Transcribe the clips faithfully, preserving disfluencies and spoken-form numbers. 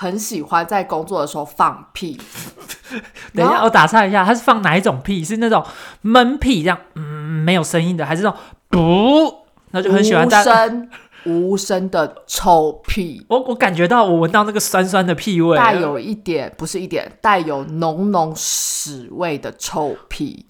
很喜欢在工作的时候放屁。 等一下，我打岔一下，他是放哪一种屁？是那种闷屁，这样嗯没有声音的，还是那种不？那就很喜欢无声无声的臭屁。 我我感觉到我闻到那个酸酸的屁味， 带有一点不是一点，带有浓浓屎味的臭屁。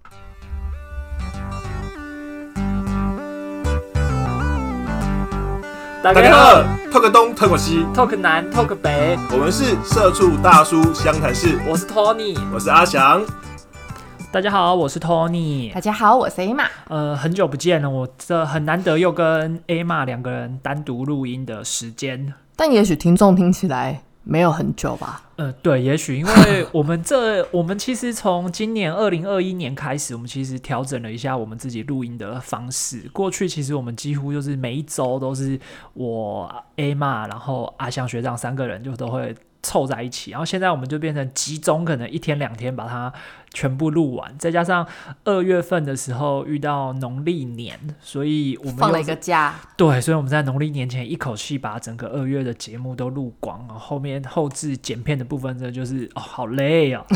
大家好 ，Talk 东 Talk 西 ，Talk 南 Talk 北， 我们是社畜大叔湘潭市。 我是 Tony， 我是阿翔。 大家好，我是 Tony。 大家好，我是 Emma。 呃，很久不见了，我这很难得又跟 Emma 两个人单独录音的时间。 但也许听众听起来没有很久吧？ 呃，对，也许因为我们这我们其实从今年二零二一年开始，我们其实调整了一下我们自己录音的方式。过去其实我们几乎就是每一周都是我 Emma 然后阿翔学长三个人就都会凑在一起，然后现在我们就变成集中，可能一天两天把它全部录完，再加上二月份的时候遇到农历年，所以我们放了一个假。 对，所以我们在农历年前一口气把整个二月的节目都录光，然后后面后置剪片的部分真的就是哦，好累哦。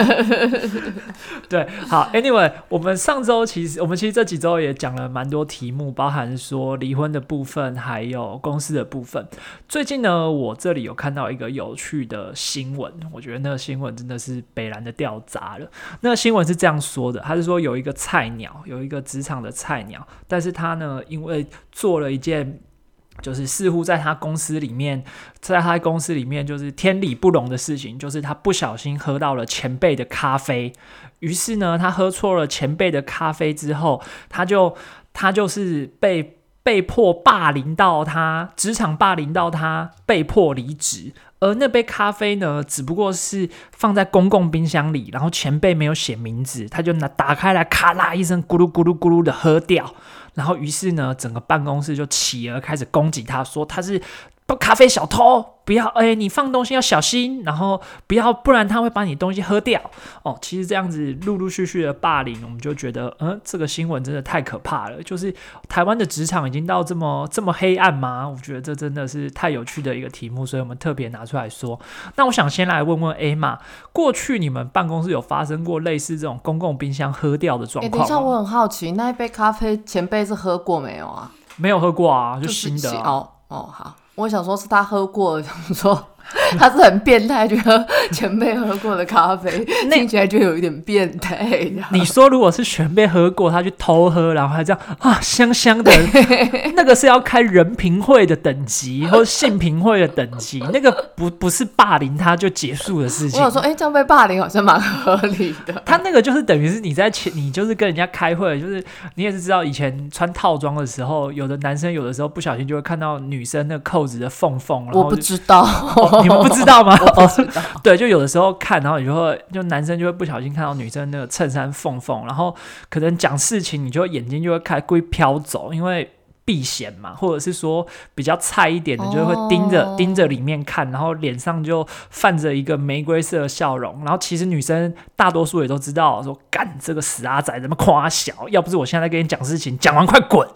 对，好 ，Anyway， 我们上周其实我们其实这几周也讲了蛮多题目，包含说离婚的部分，还有公司的部分。最近呢，我这里有看到一个有趣的新闻，我觉得那个新闻真的是北蓝的掉渣了。那个新闻是这样说的，他是说有一个菜鸟，有一个职场的菜鸟，但是他呢，因为做了一件就是似乎在他公司里面，在他公司里面就是天理不容的事情，就是他不小心喝到了前辈的咖啡，于是呢，他喝错了前辈的咖啡之后，他就他就是被被迫霸凌到他，职场霸凌到他被迫离职。而那杯咖啡呢，只不过是放在公共冰箱里，然后前辈没有写名字，他就拿打开来，咔啦一声，咕噜咕噜咕噜的喝掉。然后于是呢，整个办公室就起而开始攻击他，说他是咖啡小偷，不要哎、欸，你放东西要小心，然后不要，不然他会把你东西喝掉。哦，其实这样子陆陆续续的霸凌，我们就觉得，嗯，这个新闻真的太可怕了。就是台湾的职场已经到这么这么黑暗吗？我觉得这真的是太有趣的一个题目，所以我们特别拿出来说。那我想先来问问 Emma， 过去你们办公室有发生过类似这种公共冰箱喝掉的状况吗？ 欸，等一下，我很好奇，那一杯咖啡前辈是喝过没有啊？ 没有喝过啊，就新的、啊。 哦哦，好。我想说是他喝过，想说他是很变态，去喝前辈喝过的咖啡，听起来就有一点变态。 你说如果是前辈喝过，他去偷喝，然后还这样啊香香的，那个是要开人评会的等级，或性评会的等级，那个不不是霸凌他就结束的事情。 我想说，哎、欸，这样被霸凌好像蛮合理的。 他那个就是等于是你在前，你就是跟人家开会，就是你也是知道以前穿套装的时候，有的男生有的时候不小心就会看到女生那扣子的缝缝，然后我不知道。 哦，你们不知道吗？ 我不知道。 哦，对，就有的时候看，然后你就会，就男生就会不小心看到女生那个衬衫缝缝，然后可能讲事情，你就眼睛就会开故意飘走，因为避嫌嘛，或者是说比较菜一点的，就会盯着、oh. 盯着里面看，然后脸上就泛着一个玫瑰色的笑容。然后其实女生大多数也都知道，说干这个死阿仔怎么夸小，要不是我现在在跟你讲事情，讲完快滚。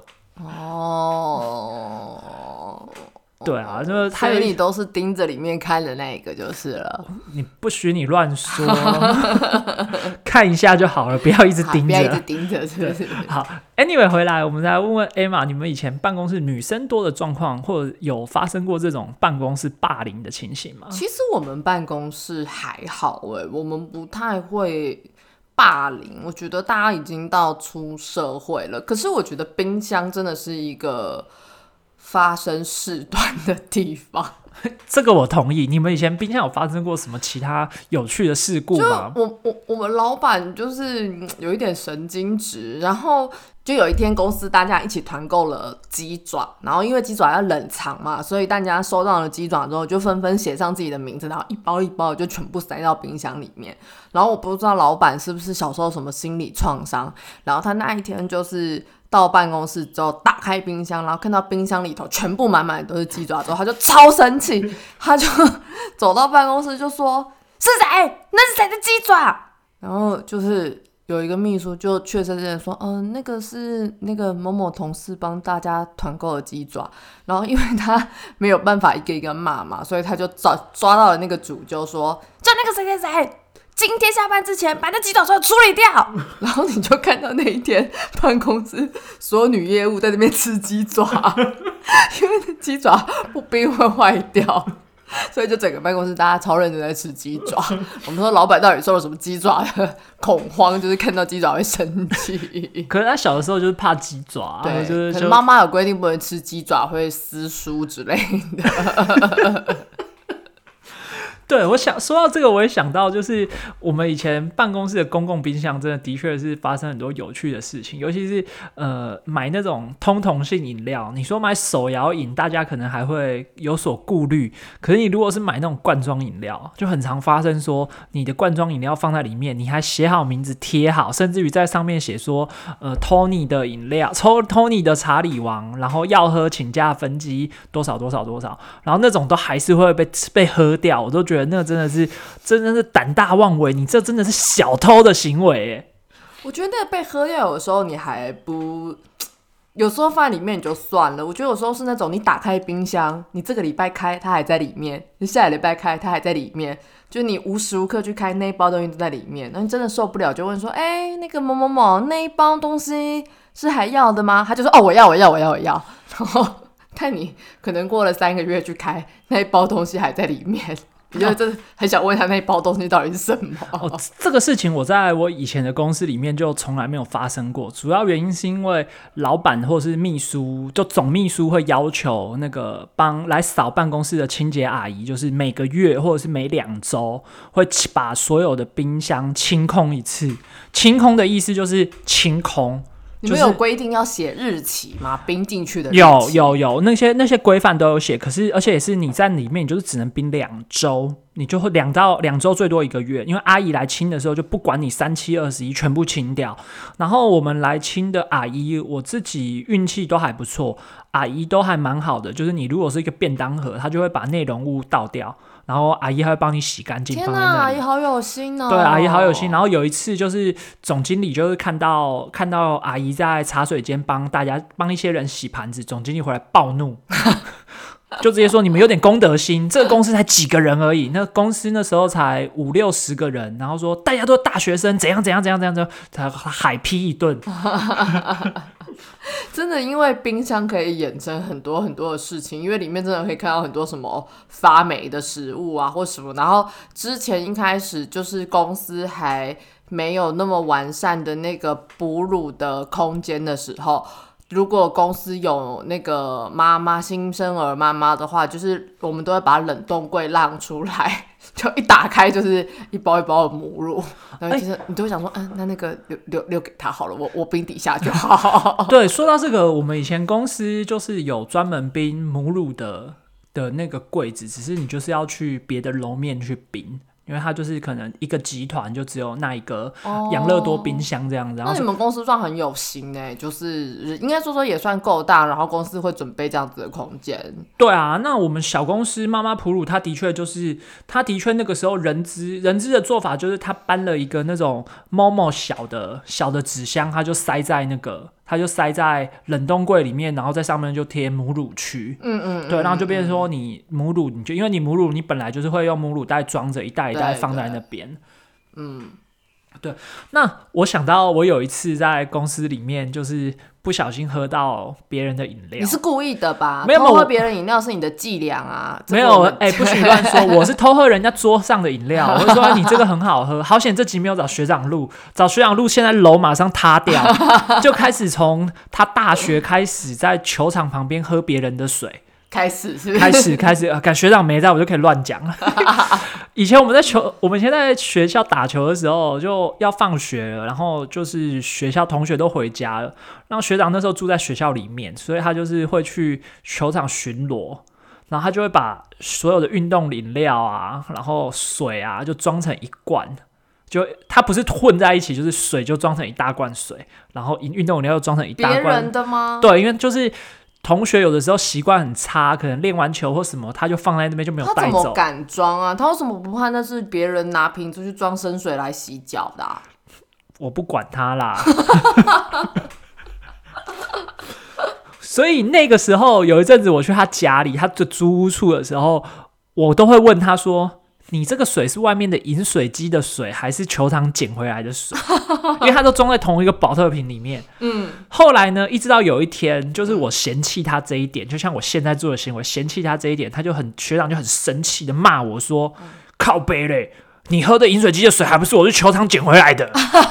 哦。Oh.对啊，就是所以你都是盯着里面看的那一个就是了。 你不许你乱说，看一下就好了，不要一直盯着。 不要一直盯着，是不是？ 好 ，Anyway， 回来我们再问问 Emma， 你们以前办公室女生多的状况，或者有发生过这种办公室霸凌的情形吗？ 其实我们办公室还好哎、欸，我们不太会霸凌。我觉得大家已经到出社会了，可是我觉得冰箱真的是一个发生事端的地方。 这个我同意。你们以前冰箱有发生过什么其他有趣的事故吗？ 就我我我们老板就是有一点神经质，然后就有一天公司大家一起团购了鸡爪，然后因为鸡爪要冷藏嘛，所以大家收到了鸡爪之后就纷纷写上自己的名字，然后一包一包就全部塞到冰箱里面。然后我不知道老板是不是小时候什么心理创伤，然后他那一天就是到办公室之后打开冰箱，然后看到冰箱里头全部满满的都是鸡爪之后，他就超生气，他就走到办公室就说：是谁？那是谁的鸡爪？然后就是有一个秘书就确实真的说，嗯、呃，那个是那个某某同事帮大家团购的鸡爪，然后因为他没有办法一个一个骂嘛，所以他就抓抓到了那个主，就说叫那个谁谁谁今天下班之前把那鸡爪处理掉。然后你就看到那一天办公室所有女业务在那边吃鸡爪，因为那鸡爪不冰会坏掉。所以就整个办公室大家超认真在吃鸡爪。我们说老板到底受了什么鸡爪的恐慌，就是看到鸡爪会生气。 可是他小的时候就是怕鸡爪， 对， 就是可能妈妈有规定不能吃鸡爪，会撕书之类的。 对，我想说到这个，我也想到，就是我们以前办公室的公共冰箱，真的的确是发生很多有趣的事情，尤其是呃买那种通通性饮料，你说买手摇饮，大家可能还会有所顾虑，可是你如果是买那种罐装饮料，就很常发生说你的罐装饮料放在里面，你还写好名字贴好，甚至于在上面写说呃 Tony 的饮料 Tony 的查理王，然后要喝请加分机多少多少多少，然后那种都还是会被被喝掉，我都觉得那真的是真的是胆大妄为，你这真的是小偷的行为耶。 我觉得那个被喝掉有时候你还不，有时候放在里面你就算了，我觉得有时候是那种你打开冰箱，你这个礼拜开它还在里面，你下礼拜开它还在里面，就你无时无刻去开那一包东西都在里面，那你真的受不了就问说，哎、欸，那个某某某那一包东西是还要的吗？他就说哦我要我要我要我要，然后看你可能过了三个月去开那一包东西还在里面。你就真的很想问他那一包东西到底是什么？ 哦，这个事情我在我以前的公司里面就从来没有发生过，主要原因是因为老板或是秘书，就总秘书会要求那个帮来扫办公室的清洁阿姨，就是每个月或者是每两周会把所有的冰箱清空一次。清空的意思就是清空。 你们有规定要写日期吗？冰进去的日期？ 有有有，那些那些规范都有写，可是而且也是你在里面，你就是只能冰两周，你就会两到两周最多一个月，因为阿姨来清的时候就不管你三七二十一全部清掉。然后我们来清的阿姨，我自己运气都还不错，阿姨都还蛮好的，就是你如果是一个便当盒，她就会把内容物倒掉。然后阿姨还会帮你洗干净， 天哪，阿姨好有心哦！ 对，阿姨好有心。然后有一次就是总经理就是看到看到阿姨在茶水间帮大家帮一些人洗盘子，总经理回来暴怒，就直接说你们有点公德心，这个公司才几个人而已，那公司那时候才五六十个人，然后说大家都是大学生，怎样怎样怎样怎样怎样，才海批一顿。 真的，因为冰箱可以衍生很多很多的事情，因为里面真的可以看到很多什么发霉的食物啊，或什么。然后之前一开始就是公司还没有那么完善的那个哺乳的空间的时候，如果公司有那个妈妈新生儿妈妈的话，就是我们都会把冷冻柜让出来，就一打开就是一包一包的母乳，然后其实你都会想说，嗯、欸，那那个留留留给他好了，我我冰底下就好。 对，说到这个，我们以前公司就是有专门冰母乳的的那个柜子，只是你就是要去别的楼面去冰。因为它就是可能一个集团就只有那一个养乐多冰箱这样子。 哦、那你们公司算很有心耶，就是应该说说也算够大，然后公司会准备这样子的空间。 对啊，那我们小公司妈妈普鲁，它的确就是它的确那个时候人资人资的做法就是他搬了一个那种 Momo 小的小的纸箱，它就塞在那个。它就塞在冷冻柜里面，然后在上面就贴母乳区， 嗯嗯， 对，然后就变成说你母乳，你就因为你母乳你本来就是会用母乳袋装着一袋一袋放在那边，嗯，对。那我想到我有一次在公司里面就是不小心喝到别人的饮料， 你是故意的吧？ 没有， 偷喝别人饮料是你的伎俩啊！ 没有，哎、欸，不许乱说，我是偷喝人家桌上的饮料。我就说你这个很好喝，好险这集没有找学长录，找学长录，现在楼马上塌掉，就开始从他大学开始在球场旁边喝别人的水。 开始是不是？ 开始开始，感学长没在，我就可以乱讲。以前我们在球，我们以前在学校打球的时候，就要放学了，然后就是学校同学都回家了，然后学长那时候住在学校里面，所以他就是会去球场巡逻，然后他就会把所有的运动饮料啊，然后水啊，就装成一罐。就它不是混在一起，就是水就装成一大罐水，然后运动饮料又装成一大罐。 别人的吗？ 对，因为就是同学有的时候习惯很差，可能练完球或什么，他就放在那边就没有带走。 他怎么敢装啊？他为什么不怕那是别人拿瓶子去装生水来洗脚的、啊？ 我不管他啦。所以那个时候有一阵子我去他家里，他的租屋处的时候，我都会问他说，你这个水是外面的饮水机的水还是球场捡回来的水？因为他都装在同一个保特瓶里面。嗯，后来呢，一直到有一天，就是我嫌弃他这一点，就像我现在做的行为，嫌弃他这一点，他就很学长就很生气的骂我说，嗯，靠北嘞，你喝的饮水机的水还不是我去球场捡回来的。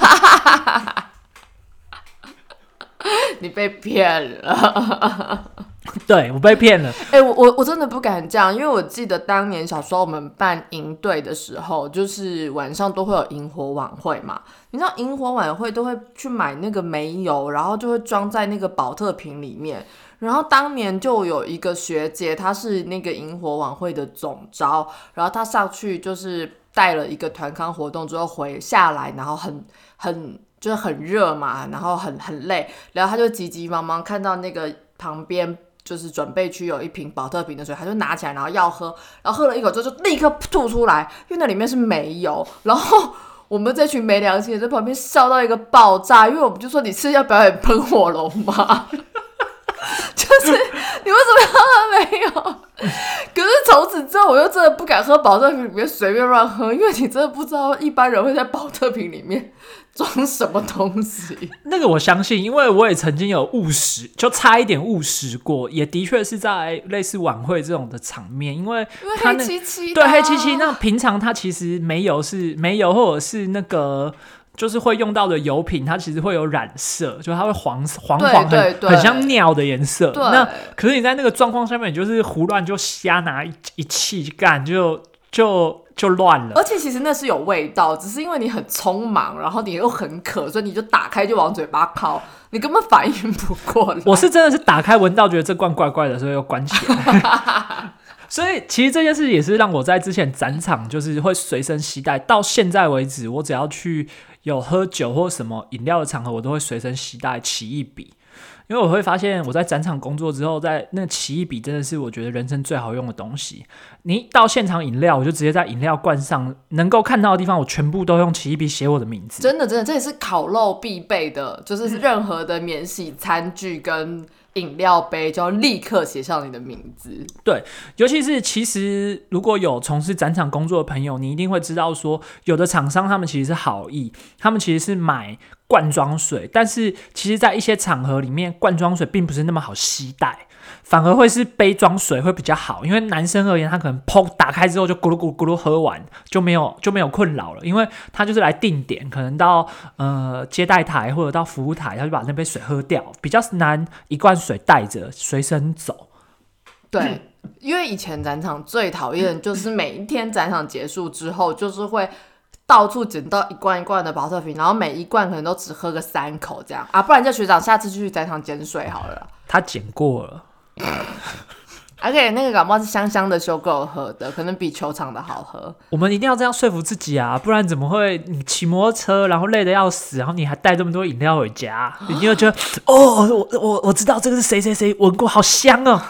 你被骗了。 对，我被骗了。 哎、欸，我我我真的不敢这样，因为我记得当年小时候我们办营队的时候，就是晚上都会有萤火晚会嘛。你知道萤火晚会都会去买那个煤油，然后就会装在那个保特瓶里面。然后当年就有一个学姐，她是那个萤火晚会的总召，然后她上去就是带了一个团康活动之后回下来，然后很很就是很热嘛，然后很很累，然后她就急急忙忙看到那个旁边。就是准备区有一瓶保特瓶的水，他就拿起来，然后要喝，然后喝了一口之后就立刻吐出来，因为那里面是煤油。然后我们这群没良心的在旁边笑到一个爆炸，因为我们就说你是要表演喷火龙吗？就是你为什么要喝煤油？可是从此之后，我又真的不敢喝保特瓶里面随便乱喝，因为你真的不知道一般人会在保特瓶里面装什么东西。 那个我相信，因为我也曾经有误食，就差一点误食过，也的确是在类似晚会这种的场面，因为它那因为黑漆漆的、啊、对黑漆漆，那平常它其实煤油是煤油或者是那个。就是会用到的油品，它其实会有染色，就它会黄黄黄很， 对对对很像尿的颜色。那可是你在那个状况下面，你就是胡乱就瞎拿一一气干，就就就乱了。 而且其实那是有味道，只是因为你很匆忙，然后你又很渴，所以你就打开就往嘴巴靠，你根本反应不过来。 我是真的是打开闻到，觉得这罐怪怪的，所以又关起来。所以其实这件事也是让我在之前展场就是会随身携带，到现在为止，我只要去有喝酒或什么饮料的场合，我都会随身携带奇异笔，因为我会发现我在展场工作之后，在那奇异笔真的是我觉得人生最好用的东西。你到现场饮料，我就直接在饮料罐上能够看到的地方，我全部都用奇异笔写我的名字。 真的真的，这也是烤肉必备的，就是任何的免洗餐具跟饮料杯就要立刻写上你的名字。 对，尤其是其实如果有从事展场工作的朋友，你一定会知道说，有的厂商他们其实是好意，他们其实是买罐装水，但是其实在一些场合里面，罐装水并不是那么好携带，反而会是杯装水会比较好，因为男生而言，他可能砰打开之后就咕噜咕噜咕噜喝完，就没有就没有困扰了，因为他就是来定点，可能到呃接待台或者到服务台，他就把那杯水喝掉，比较难一罐水带着随身走。 对，因为以前展场最讨厌的就是每一天展场结束之后，就是会到处捡到一罐一罐的保特瓶，然后每一罐可能都只喝个三口这样啊，不然叫学长下次去展场捡水好了。 他捡过了。 而且那个感冒是香香的修够喝的，可能比球场的好喝。 我们一定要这样说服自己啊，不然怎么会你骑摩托车然后累得要死，然后你还带这么多饮料回家，你就觉得哦，我我我知道这个是谁谁谁闻过，好香哦。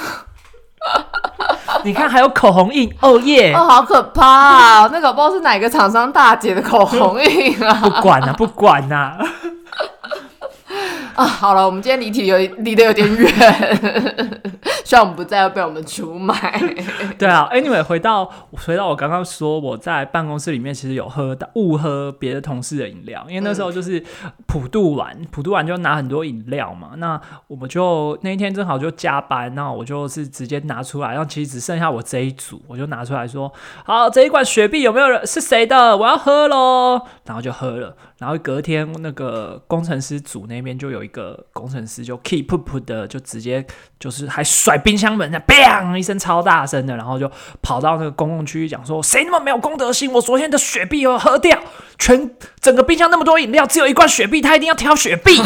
你看还有口红印，哦耶！ 哦，好可怕啊！那个不知道是哪个厂商大姐的口红印啊！ 不管啊，不管啊。 啊，好了，我们今天离题有离得有点远，希望我们不再要被我们出卖。 对啊 ，anyway， 回到回到我刚刚说，我在办公室里面其实有喝到误喝别的同事的饮料，因为那时候就是普渡完，普渡完就拿很多饮料嘛，那我们就那一天正好就加班，那我就是直接拿出来，然后其实只剩下我这一组，我就拿出来说，好，这一罐雪碧有没有人是谁的？我要喝咯，然后就喝了。然后隔天那个工程师组那边就有一个工程师就 keep up 的就直接就是还甩冰箱门，砰一声超大声的，然后就跑到那个公共区域讲说，谁那么没有公德心，我昨天的雪碧有喝掉，全整个冰箱那么多饮料只有一罐雪碧，他一定要挑雪碧。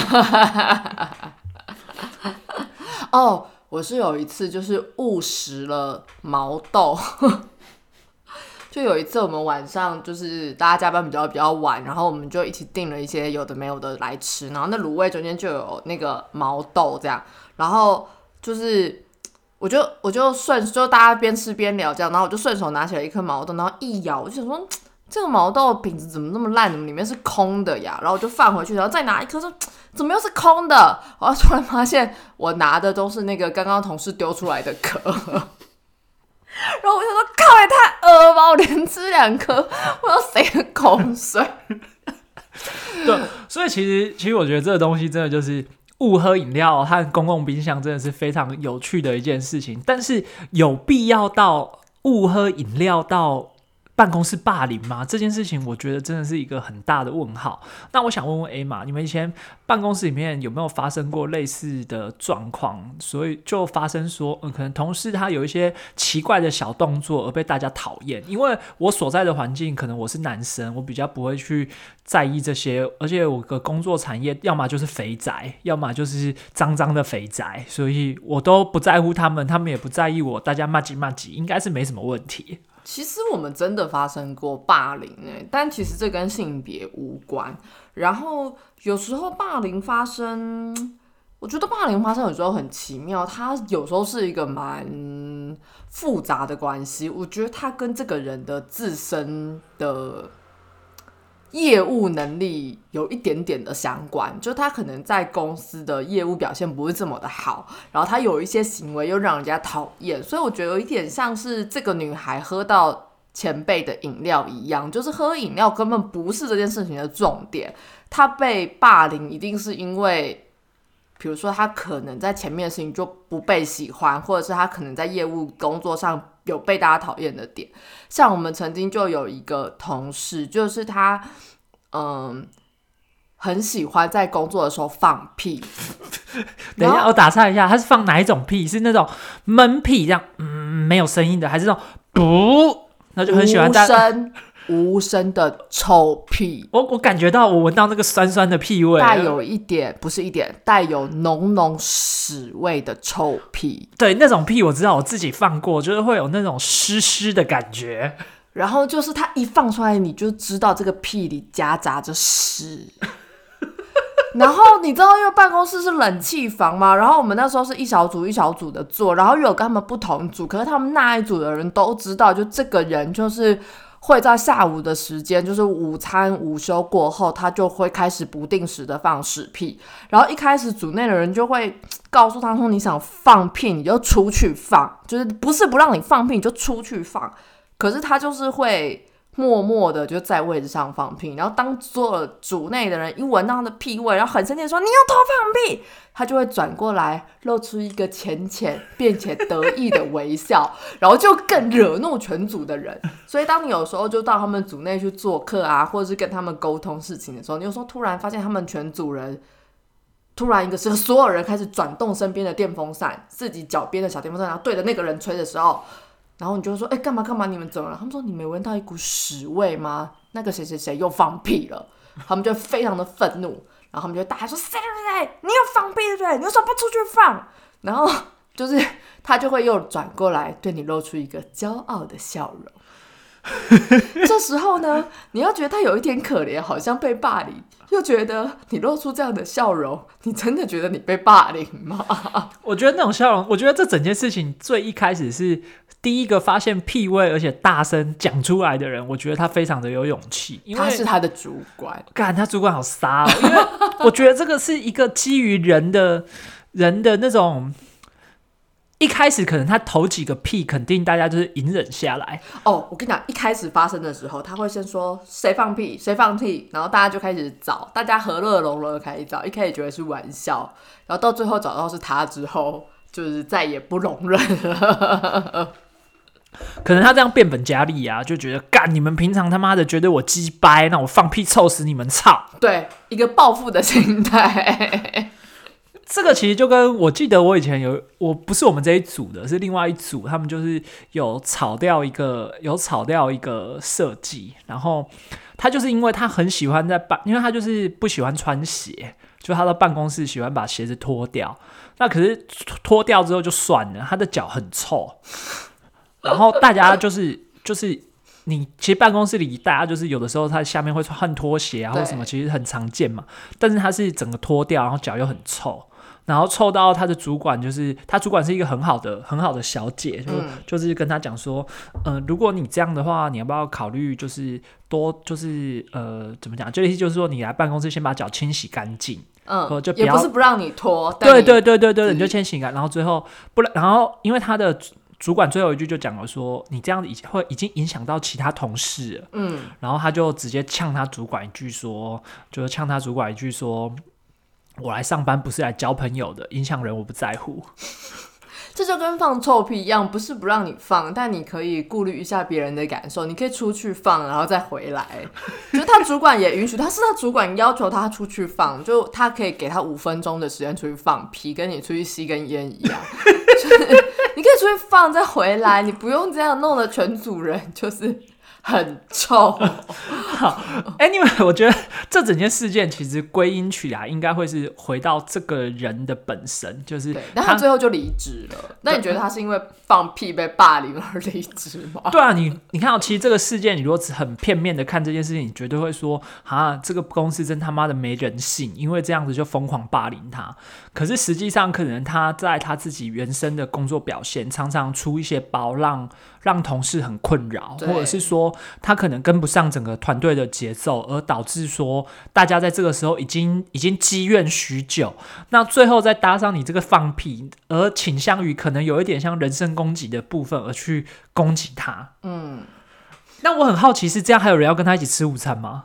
哦，我是有一次就是误食了毛豆。就有一次我们晚上就是大家加班比较比较晚，然后我们就一起订了一些有的没有的来吃，然后那卤味中间就有那个毛豆这样，然后就是我就我就顺就大家边吃边聊这样，然后我就顺手拿起了一颗毛豆，然后一咬，我就想说这个毛豆品质怎么那么烂？怎么里面是空的呀？然后我就放回去，然后再拿一颗说怎么又是空的？然后突然发现我拿的都是那个刚刚同事丢出来的壳。然后我就说靠，也太恶了吧！我连吃两颗，我要谁的口水？ 对，所以其实其实我觉得这个东西真的就是误喝饮料和公共冰箱真的是非常有趣的一件事情，但是有必要到误喝饮料到办公室霸凌吗？这件事情我觉得真的是一个很大的问号。那我想问问 Emma， 你们以前办公室里面有没有发生过类似的状况？所以就发生说，嗯，可能同事他有一些奇怪的小动作而被大家讨厌。因为我所在的环境，可能我是男生，我比较不会去在意这些，而且我的工作产业要么就是肥宅，要么就是脏脏的肥宅，所以我都不在乎他们，他们也不在意我，大家骂几骂几，应该是没什么问题。 其实我们真的发生过霸凌欸，但其实这跟性别无关。然后有时候霸凌发生，我觉得霸凌发生有时候很奇妙，它有时候是一个蛮复杂的关系。我觉得它跟这个人的自身的业务能力有一点点的相关，就他可能在公司的业务表现不是这么的好，然后他有一些行为又让人家讨厌，所以我觉得有一点像是这个女孩喝到前辈的饮料一样，就是喝饮料根本不是这件事情的重点，她被霸凌一定是因为比如说他可能在前面的事情就不被喜欢，或者是他可能在业务工作上有被大家讨厌的点。像我们曾经就有一个同事，就是他嗯很喜欢在工作的时候放屁。 等一下，我打岔一下，他是放哪一种屁？是那种闷屁这样嗯没有声音的，还是那种不？那就很喜欢无声无声的臭屁。 我我感觉到我闻到那个酸酸的屁味， 带有一点不是一点，带有浓浓屎味的臭屁。 对，那种屁我知道，我自己放过，就是会有那种湿湿的感觉。 然后就是它一放出来，你就知道这个屁里夹杂着屎。然后你知道，因为办公室是冷气房嘛，然后我们那时候是一小组一小组的做，然后又有跟他们不同组，可是他们那一组的人都知道，就这个人就是会在下午的时间，就是午餐午休过后，他就会开始不定时的放屎屁。然后一开始组内的人就会告诉他说，你想放屁你就出去放，就是不是不让你放屁你就出去放。可是他就是会默默的就在位置上放屁，然后当所有组内的人一闻到他的屁味，然后很生气的说你又偷放屁，他就会转过来露出一个浅浅并且得意的微笑，然后就更惹怒全组的人。所以当你有时候就到他们组内去做客啊，或者是跟他们沟通事情的时候，你有时候突然发现他们全组人突然一个是所有人开始转动身边的电风扇，自己脚边的小电风扇，然后对着那个人吹的时候，然后你就说哎，干嘛干嘛你们怎么了？他们说你没闻到一股屎味吗？那个谁谁谁又放屁了。他们就非常的愤怒，然后他们就大喊说谁谁谁你又放屁对不对？你为什么不出去放？然后就是他就会又转过来对你露出一个骄傲的笑容。这时候呢，你要觉得他有一点可怜，好像被霸凌，又觉得你露出这样的笑容，你真的觉得你被霸凌吗？ 我觉得那种笑容，我觉得这整件事情最一开始是第一个发现屁味而且大声讲出来的人，我觉得他非常的有勇气，因为他是他的主管。 干，他主管好傻哦，因为我觉得这个是一个基于人的人的那种。一开始可能他头几个屁肯定大家就是隐忍下来哦，我跟你讲，一开始发生的时候他会先说谁放屁谁放屁，然后大家就开始找，大家和乐融融的开始找，一开始觉得是玩笑，然后到最后找到是他之后就是再也不容忍了。 可能他这样变本加厉啊，就觉得干你们平常他妈的觉得我鸡掰，那我放屁臭死你们操， 对，一个报复的心态。 这个其实就跟我记得我以前有，我不是我们这一组的，是另外一组，他们就是有炒掉一个有炒掉一个设计，然后他就是因为他很喜欢在办，因为他就是不喜欢穿鞋，就他到办公室喜欢把鞋子脱掉，那可是脱掉之后就算了，他的脚很臭，然后大家就是就是你其实办公室里大家就是有的时候他下面会换拖鞋啊或什么，其实很常见嘛，但是他是整个脱掉，然后脚又很臭。 然后凑到他的主管，就是他主管是一个很好的很好的小姐，就、嗯、就是跟他讲说，呃，如果你这样的话，你要不要考虑就是多就是呃怎么讲，就意思就是说你来办公室先把脚清洗干净。 嗯， 就不也不是不让你拖， 对对对对对，你就清洗干，然后最后不然，然后因为他的主管最后一句就讲了说，你这样已经会已经影响到其他同事了，嗯，然后他就直接呛他主管一句说，就是呛他主管一句说，我来上班不是来交朋友的，影响人我不在乎。 这就跟放臭屁一样，不是不让你放，但你可以顾虑一下别人的感受，你可以出去放，然后再回来。就他主管也允许，他是他主管要求他出去放，就他可以给他五分钟的时间出去放屁，跟你出去吸根烟一样。就是你可以出去放再回来，你不用这样弄得全组人就是很臭。 好 ，Anyway， 我觉得这整件事件其实归因起来，应该会是回到这个人的本身，就是对，但他最后就离职了。那你觉得他是因为放屁被霸凌而离职吗？ 对啊，你你看、哦，其实这个事件，你如果只很片面的看这件事情，你绝对会说，啊，这个公司真他妈的没人性，因为这样子就疯狂霸凌他。可是实际上，可能他在他自己原生的工作表现，常常出一些包让，让让同事很困扰，或者是说他可能跟不上整个团队的节奏，而导致说大家在这个时候已经已经积怨许久，那最后再搭上你这个放屁，而倾向于可能有一点像人身攻击的部分，而去攻击他。嗯，那我很好奇，是这样还有人要跟他一起吃午餐吗？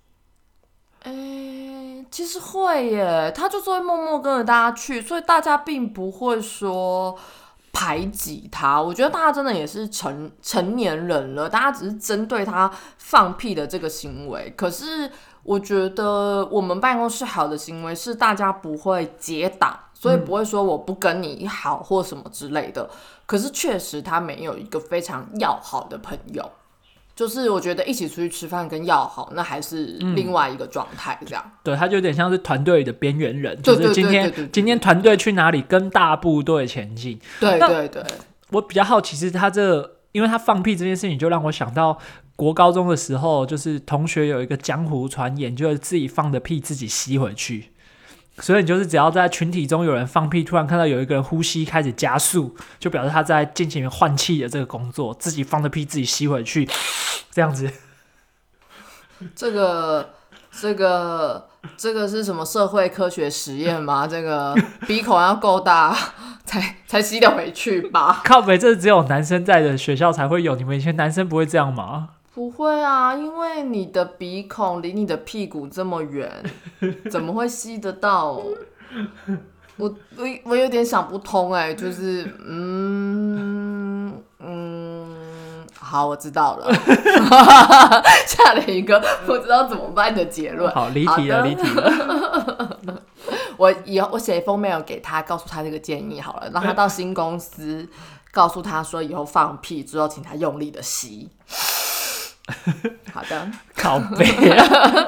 欸，其实会耶，他就是会默默跟着大家去，所以大家并不会说排挤他。我觉得大家真的也是 成, 成年人了，大家只是针对他放屁的这个行为。可是我觉得我们办公室好的行为是大家不会结党，所以不会说我不跟你好或什么之类的。可是确实他没有一个非常要好的朋友，就是我觉得一起出去吃饭跟要好那还是另外一个状态这样、嗯、 对，他就有点像是团队的边缘人，就是今天今天团队去哪里跟大部队前进。 对对对， 我比较好奇是他这，因为他放屁这件事情就让我想到国高中的时候，就是同学有一个江湖传言，就是自己放的屁自己吸回去，所以你就是只要在群体中有人放屁，突然看到有一个人呼吸开始加速，就表示他在进行换气的这个工作，自己放的屁自己吸回去，这样子。 这个这个这个是什么社会科学实验吗？这个鼻孔要够大才才吸得回去吧？ 靠北，这只有男生在的学校才会有，你们以前男生不会这样吗？ 不会啊，因为你的鼻孔离你的屁股这么远，怎么会吸得到？我我我有点想不通哎、欸，就是嗯嗯，好，我知道了，下了一个不知道怎么办的结论。 好，离题了，离题了。 我以后我写一封 mail 给他，告诉他这个建议好了，让他到新公司告诉他说，以后放屁之后，请他用力的吸。好的， 靠北啊。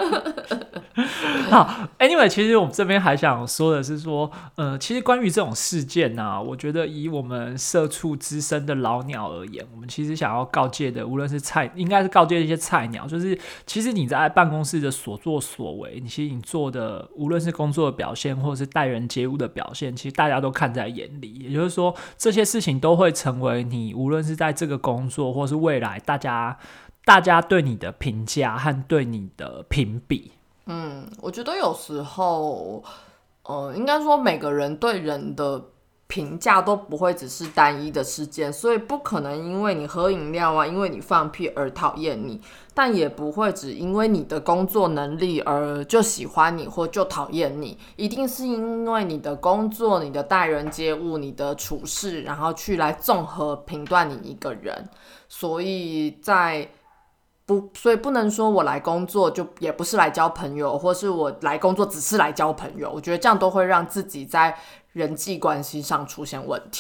好 ，Anyway， 其实我们这边还想说的是说，呃，其实关于这种事件啊，我觉得以我们社畜资深的老鸟而言，我们其实想要告诫的，无论是菜，应该是告诫一些菜鸟，就是其实你在办公室的所作所为，你其实你做的，无论是工作的表现，或者是待人接物的表现，其实大家都看在眼里。也就是说，这些事情都会成为你无论是在这个工作，或是未来大家。大家对你的评价和对你的评比， 嗯，我觉得有时候，呃，应该说每个人对人的评价都不会只是单一的事件，所以不可能因为你喝饮料啊，因为你放屁而讨厌你，但也不会只因为你的工作能力而就喜欢你或就讨厌你，一定是因为你的工作、你的待人接物、你的处事，然后去来综合评断你一个人，所以在。不，所以不能说我来工作就也不是来交朋友，或是我来工作只是来交朋友，我觉得这样都会让自己在人际关系上出现问题。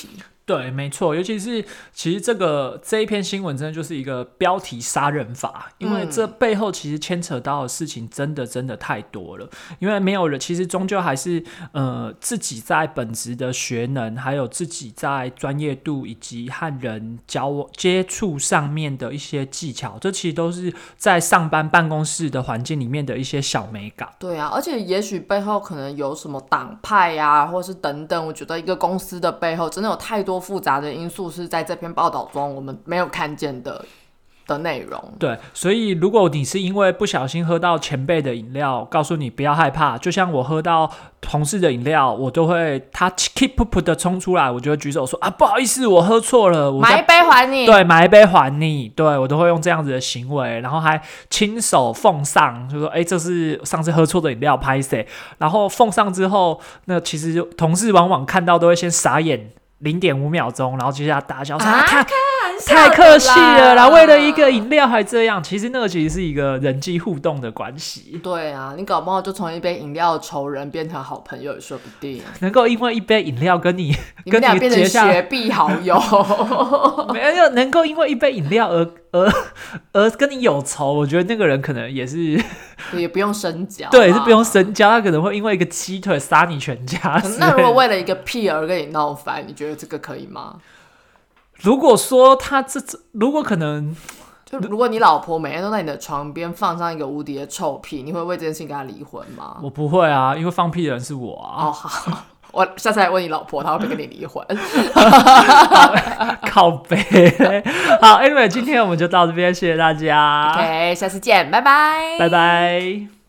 对，没错，尤其是其实这个这一篇新闻真的就是一个标题杀人法，因为这背后其实牵扯到的事情真的真的太多了。因为没有人，其实终究还是呃自己在本职的学能，还有自己在专业度以及和人交接触上面的一些技巧，这其实都是在上班办公室的环境里面的一些小美感。 对啊，而且也许背后可能有什么党派啊，或是等等，我觉得一个公司的背后真的有太多复杂的因素是在这篇报道中我们没有看见的的内容。 对，所以如果你是因为不小心喝到前辈的饮料，告诉你不要害怕，就像我喝到同事的饮料，我都会他 keep up 的冲出来，我就会举手说啊，不好意思，我喝错了，我买一杯还你。 对，买一杯还你。对，我都会用这样子的行为，然后还亲手奉上，就说哎，这是上次喝错的饮料，拍谁？然后奉上之后，那其实同事往往看到都会先傻眼零点五秒钟，然后接下来大笑说啊，太太客气了啦，为了一个饮料还这样。其实那个其实是一个人际互动的关系。 对啊，你搞不好就从一杯饮料的仇人变成好朋友也说不定。 能够因为一杯饮料跟你你们俩变成学弟好友， 没有能够因为一杯饮料而而而跟你有仇，我觉得那个人可能也是也不用深交、啊， 对，是不用深交，他可能会因为一个鸡腿杀你全家。 那如果为了一个屁而跟你闹翻，你觉得这个可以吗？ 如果说他这如果可能， 就如果你老婆每天都在你的床边放上一个无敌的臭屁，你会为这件事情跟他离婚吗？ 我不会啊，因为放屁的人是我啊。 哦，好，我下次来问你老婆，她会不会跟你离婚？ 靠北。好 ，anyway， 今天我们就到这边，谢谢大家。 OK， 下次见，拜拜， 拜拜。